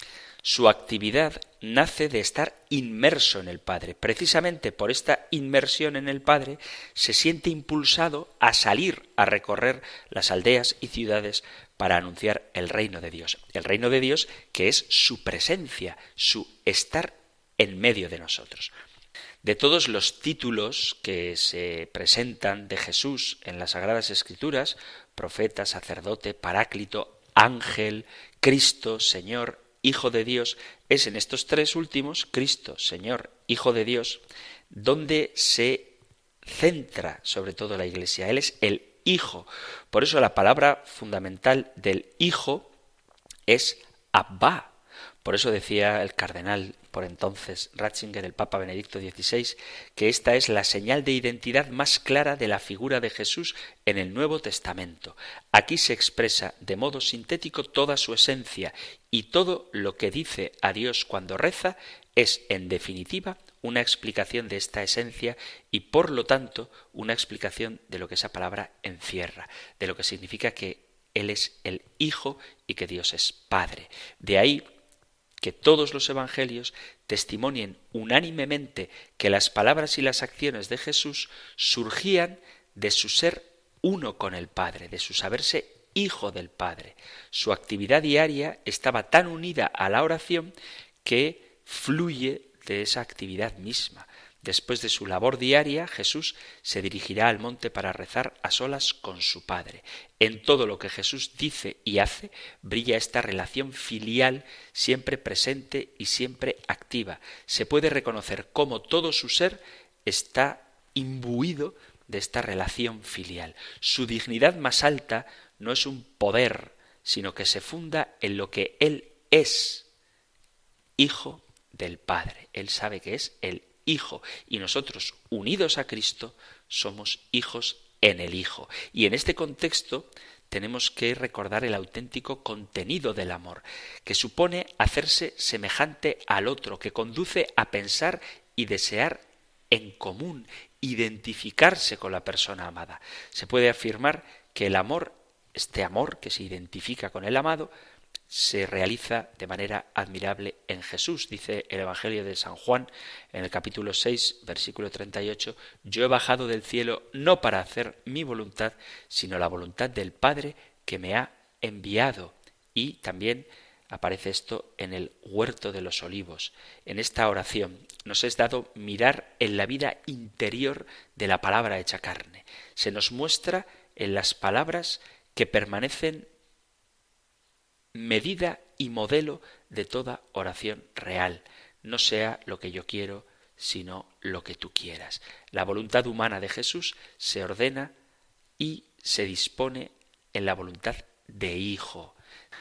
S2: Su actividad nace de estar inmerso en el Padre. Precisamente por esta inmersión en el Padre se siente impulsado a salir a recorrer las aldeas y ciudades para anunciar el reino de Dios. El reino de Dios que es su presencia, su estar en medio de nosotros. De todos los títulos que se presentan de Jesús en las Sagradas Escrituras, profeta, sacerdote, paráclito, ángel, Cristo, Señor, Hijo de Dios, es en estos tres últimos, Cristo, Señor, Hijo de Dios, donde se centra sobre todo la Iglesia. Él es el Hijo. Por eso la palabra fundamental del Hijo es Abba. Por eso decía el cardenal por entonces Ratzinger, el Papa Benedicto XVI, que esta es la señal de identidad más clara de la figura de Jesús en el Nuevo Testamento. Aquí se expresa de modo sintético toda su esencia y todo lo que dice a Dios cuando reza es, en definitiva, una explicación de esta esencia y, por lo tanto, una explicación de lo que esa palabra encierra, de lo que significa que Él es el Hijo y que Dios es Padre. De ahí que todos los evangelios testimonien unánimemente que las palabras y las acciones de Jesús surgían de su ser uno con el Padre, de su saberse hijo del Padre. Su actividad diaria estaba tan unida a la oración que fluye de esa actividad misma. Después de su labor diaria, Jesús se dirigirá al monte para rezar a solas con su Padre. En todo lo que Jesús dice y hace, brilla esta relación filial siempre presente y siempre activa. Se puede reconocer cómo todo su ser está imbuido de esta relación filial. Su dignidad más alta no es un poder, sino que se funda en lo que Él es, Hijo del Padre. Él sabe que es el Hijo, y nosotros, unidos a Cristo, somos hijos en el Hijo. Y en este contexto tenemos que recordar el auténtico contenido del amor, que supone hacerse semejante al otro, que conduce a pensar y desear en común, identificarse con la persona amada. Se puede afirmar que el amor, este amor que se identifica con el amado, se realiza de manera admirable en Jesús. Dice el Evangelio de San Juan, en el capítulo 6, versículo 38, «Yo he bajado del cielo no para hacer mi voluntad, sino la voluntad del Padre que me ha enviado». Y también aparece esto en el Huerto de los Olivos. En esta oración nos es dado mirar en la vida interior de la palabra hecha carne. Se nos muestra en las palabras que permanecen medida y modelo de toda oración real. No sea lo que yo quiero, sino lo que tú quieras. La voluntad humana de Jesús se ordena y se dispone en la voluntad de Hijo.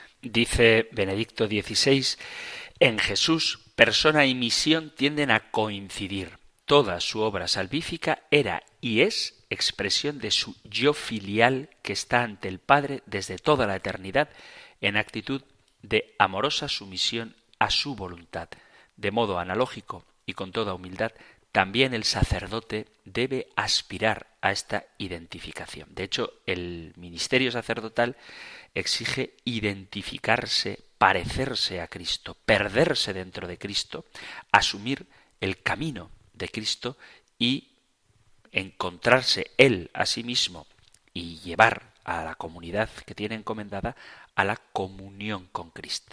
S2: Dice Benedicto XVI, en Jesús, persona y misión tienden a coincidir. Toda su obra salvífica era y es expresión de su yo filial que está ante el Padre desde toda la eternidad, en actitud de amorosa sumisión a su voluntad. De modo analógico y con toda humildad, también el sacerdote debe aspirar a esta identificación. De hecho, el ministerio sacerdotal exige identificarse, parecerse a Cristo, perderse dentro de Cristo, asumir el camino de Cristo y encontrarse él a sí mismo y llevar a la comunidad que tiene encomendada a la comunión con Cristo.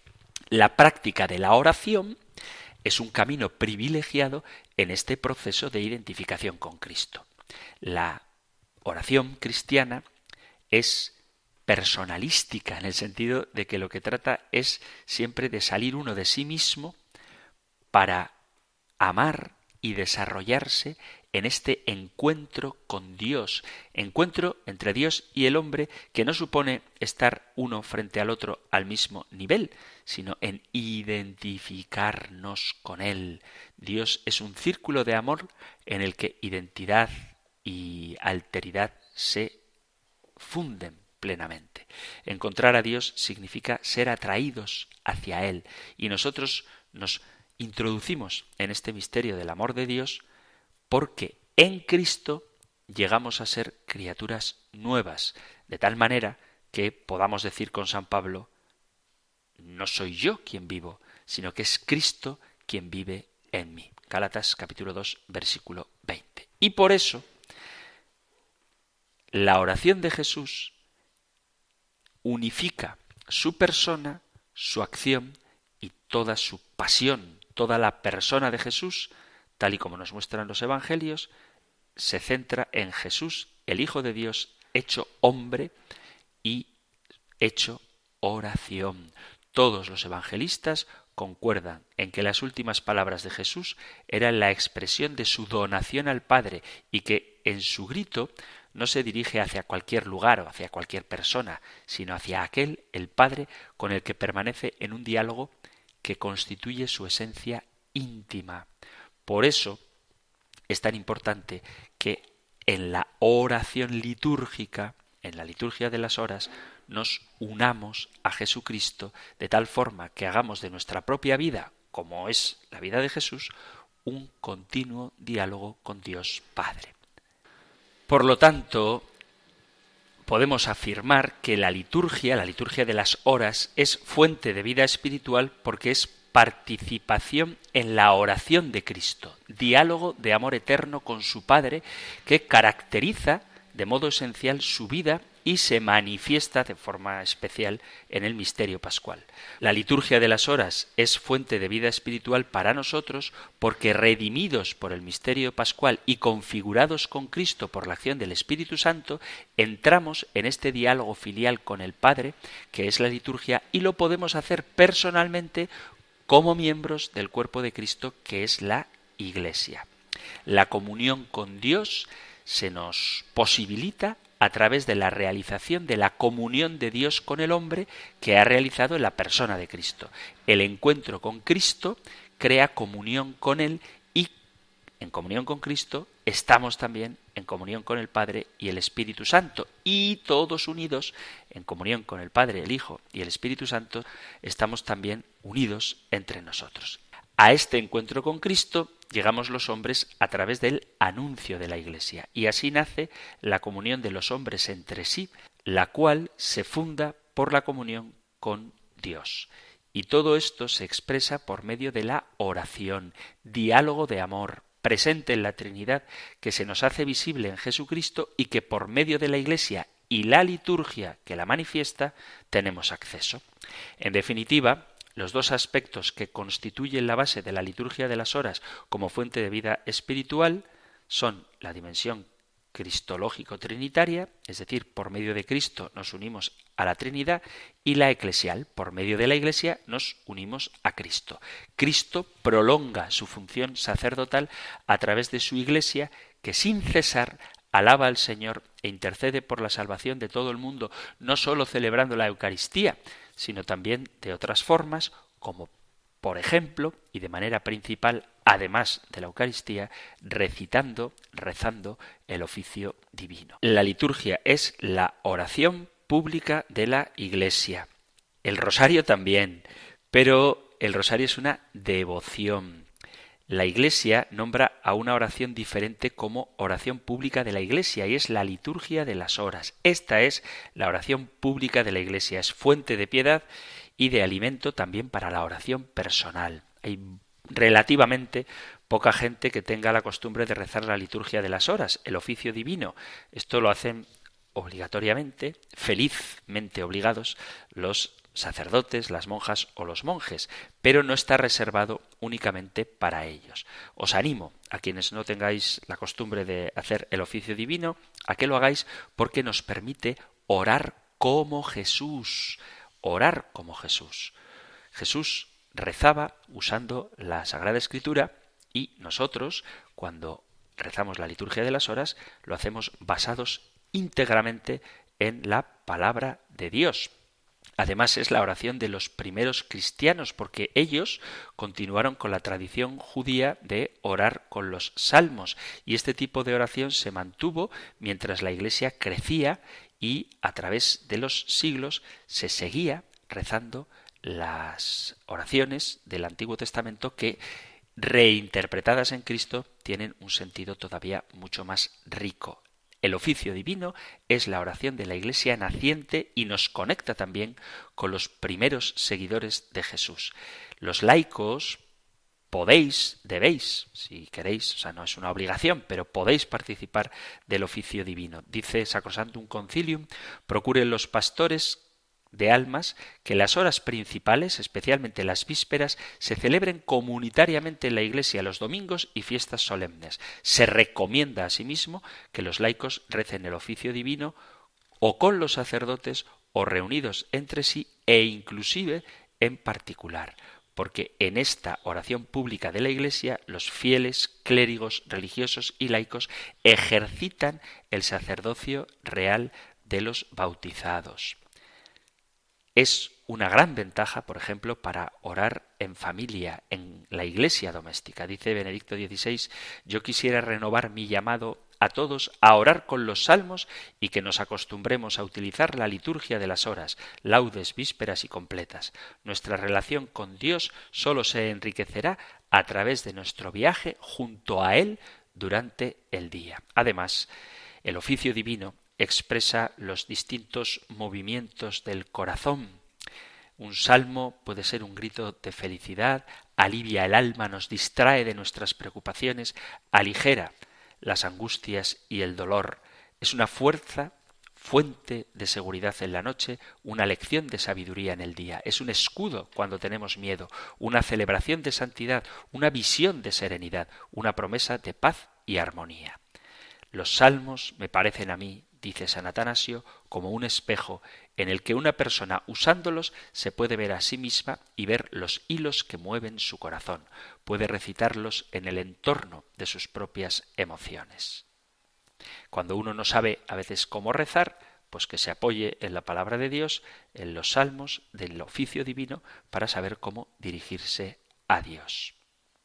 S2: La práctica de la oración es un camino privilegiado en este proceso de identificación con Cristo. La oración cristiana es personalística en el sentido de que lo que trata es siempre de salir uno de sí mismo para amar y desarrollarse en este encuentro con Dios, encuentro entre Dios y el hombre que no supone estar uno frente al otro al mismo nivel, sino en identificarnos con Él. Dios es un círculo de amor en el que identidad y alteridad se funden plenamente. Encontrar a Dios significa ser atraídos hacia Él, y nosotros nos introducimos en este misterio del amor de Dios porque en Cristo llegamos a ser criaturas nuevas, de tal manera que podamos decir con San Pablo, no soy yo quien vivo, sino que es Cristo quien vive en mí. Gálatas capítulo 2, versículo 20. Y por eso, la oración de Jesús unifica su persona, su acción y toda su pasión. Toda la persona de Jesús, tal y como nos muestran los evangelios, se centra en Jesús, el Hijo de Dios, hecho hombre y hecho oración. Todos los evangelistas concuerdan en que las últimas palabras de Jesús eran la expresión de su donación al Padre y que en su grito no se dirige hacia cualquier lugar o hacia cualquier persona, sino hacia aquel, el Padre, con el que permanece en un diálogo que constituye su esencia íntima. Por eso es tan importante que en la oración litúrgica, en la liturgia de las horas, nos unamos a Jesucristo de tal forma que hagamos de nuestra propia vida, como es la vida de Jesús, un continuo diálogo con Dios Padre. Por lo tanto, podemos afirmar que la liturgia de las horas, es fuente de vida espiritual porque es participación en la oración de Cristo, diálogo de amor eterno con su Padre que caracteriza de modo esencial su vida y se manifiesta de forma especial en el misterio pascual. La liturgia de las horas es fuente de vida espiritual para nosotros porque redimidos por el misterio pascual y configurados con Cristo por la acción del Espíritu Santo, entramos en este diálogo filial con el Padre, que es la liturgia, y lo podemos hacer personalmente como miembros del cuerpo de Cristo, que es la Iglesia. La comunión con Dios se nos posibilita a través de la realización de la comunión de Dios con el hombre que ha realizado en la persona de Cristo. El encuentro con Cristo crea comunión con Él y en comunión con Cristo estamos también en comunión con el Padre y el Espíritu Santo. Y todos unidos en comunión con el Padre, el Hijo y el Espíritu Santo, estamos también unidos entre nosotros. A este encuentro con Cristo llegamos los hombres a través del anuncio de la Iglesia, y así nace la comunión de los hombres entre sí, la cual se funda por la comunión con Dios. Y todo esto se expresa por medio de la oración, diálogo de amor, presente en la Trinidad, que se nos hace visible en Jesucristo y que por medio de la Iglesia y la liturgia que la manifiesta tenemos acceso. En definitiva, los dos aspectos que constituyen la base de la liturgia de las horas como fuente de vida espiritual son la dimensión cristológico-trinitaria, es decir, por medio de Cristo nos unimos a la Trinidad, y la eclesial, por medio de la Iglesia nos unimos a Cristo. Cristo prolonga su función sacerdotal a través de su Iglesia, que sin cesar alaba al Señor e intercede por la salvación de todo el mundo, no solo celebrando la Eucaristía, sino también de otras formas, como por ejemplo, y de manera principal, además de la Eucaristía, rezando el oficio divino. La liturgia es la oración pública de la Iglesia. El rosario también, pero el rosario es una devoción. La Iglesia nombra a una oración diferente como oración pública de la Iglesia, y es la liturgia de las horas. Esta es la oración pública de la Iglesia, es fuente de piedad y de alimento también para la oración personal. Hay relativamente poca gente que tenga la costumbre de rezar la liturgia de las horas, el oficio divino. Esto lo hacen obligatoriamente, felizmente obligados, los sacerdotes, las monjas o los monjes, pero no está reservado únicamente para ellos. Os animo a quienes no tengáis la costumbre de hacer el oficio divino a que lo hagáis, porque nos permite orar como Jesús. Orar como Jesús. Jesús rezaba usando la Sagrada Escritura, y nosotros, cuando rezamos la liturgia de las horas, lo hacemos basados íntegramente en la palabra de Dios. Además, es la oración de los primeros cristianos, porque ellos continuaron con la tradición judía de orar con los salmos, y este tipo de oración se mantuvo mientras la Iglesia crecía, y a través de los siglos se seguía rezando las oraciones del Antiguo Testamento que, reinterpretadas en Cristo, tienen un sentido todavía mucho más rico. El oficio divino es la oración de la Iglesia naciente y nos conecta también con los primeros seguidores de Jesús. Los laicos debéis, si queréis, o sea, no es una obligación, pero podéis participar del oficio divino. Dice Sacrosanctum Concilium: procuren los pastores de almas que las horas principales, especialmente las vísperas, se celebren comunitariamente en la Iglesia los domingos y fiestas solemnes. Se recomienda asimismo que los laicos recen el oficio divino o con los sacerdotes o reunidos entre sí, e inclusive en particular, porque en esta oración pública de la Iglesia los fieles, clérigos, religiosos y laicos ejercitan el sacerdocio real de los bautizados. Es una gran ventaja, por ejemplo, para orar en familia, en la iglesia doméstica. Dice Benedicto XVI: yo quisiera renovar mi llamado a todos a orar con los salmos y que nos acostumbremos a utilizar la liturgia de las horas, laudes, vísperas y completas. Nuestra relación con Dios solo se enriquecerá a través de nuestro viaje junto a Él durante el día. Además, el oficio divino expresa los distintos movimientos del corazón. Un salmo puede ser un grito de felicidad, alivia el alma, nos distrae de nuestras preocupaciones, aligera las angustias y el dolor. Es una fuente de seguridad en la noche, una lección de sabiduría en el día. Es un escudo cuando tenemos miedo, una celebración de santidad, una visión de serenidad, una promesa de paz y armonía. Los salmos me parecen a mí, dice San Atanasio, como un espejo en el que una persona usándolos se puede ver a sí misma y ver los hilos que mueven su corazón. Puede recitarlos en el entorno de sus propias emociones. Cuando uno no sabe a veces cómo rezar, pues que se apoye en la palabra de Dios, en los salmos, del oficio divino, para saber cómo dirigirse a Dios.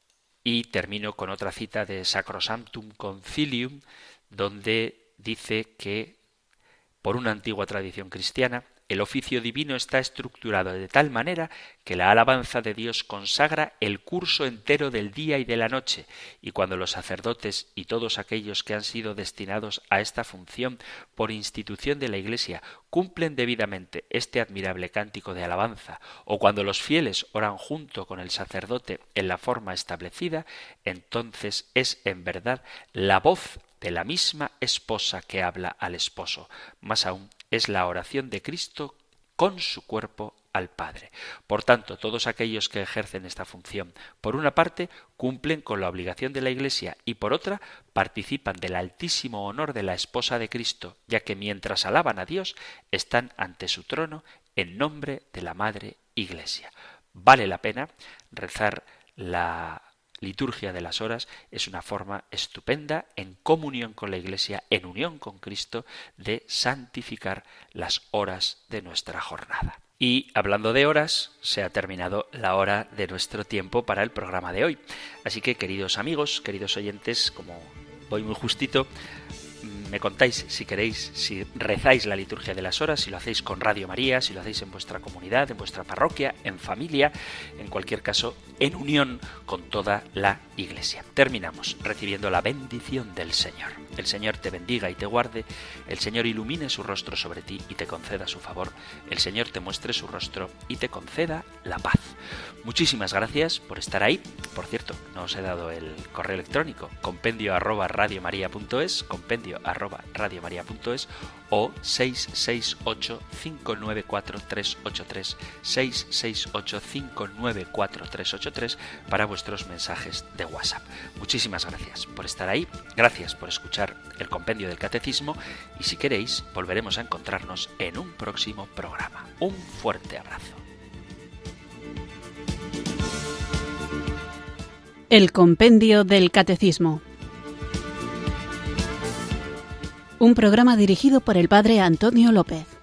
S2: Y termino con otra cita de Sacrosanctum Concilium, donde dice que, por una antigua tradición cristiana, el oficio divino está estructurado de tal manera que la alabanza de Dios consagra el curso entero del día y de la noche, y cuando los sacerdotes y todos aquellos que han sido destinados a esta función por institución de la Iglesia cumplen debidamente este admirable cántico de alabanza, o cuando los fieles oran junto con el sacerdote en la forma establecida, entonces es en verdad la voz de la misma esposa que habla al esposo. Más aún, es la oración de Cristo con su cuerpo al Padre. Por tanto, todos aquellos que ejercen esta función, por una parte, cumplen con la obligación de la Iglesia y por otra, participan del altísimo honor de la esposa de Cristo, ya que mientras alaban a Dios, están ante su trono en nombre de la Madre Iglesia. Vale la pena rezar la liturgia de las horas. Es una forma estupenda, en comunión con la Iglesia, en unión con Cristo, de santificar las horas de nuestra jornada. Y hablando de horas, se ha terminado la hora de nuestro tiempo para el programa de hoy. Así que, queridos amigos, queridos oyentes, como voy muy justito, me contáis si queréis, si rezáis la liturgia de las horas, si lo hacéis con Radio María, si lo hacéis en vuestra comunidad, en vuestra parroquia, en familia, en cualquier caso, en unión con toda la Iglesia. Terminamos recibiendo la bendición del Señor. El Señor te bendiga y te guarde, el Señor ilumine su rostro sobre ti y te conceda su favor, el Señor te muestre su rostro y te conceda la paz. Muchísimas gracias por estar ahí. Por cierto, no os he dado el correo electrónico, compendio@radiomaria.es, compendio@radiomaria.es o 668-594-383, 668-594-383 para vuestros mensajes de WhatsApp. Muchísimas gracias por estar ahí, gracias por escuchar el Compendio del Catecismo y si queréis volveremos a encontrarnos en un próximo programa. Un fuerte abrazo.
S1: El Compendio del Catecismo. Un programa dirigido por el Padre Antonio López.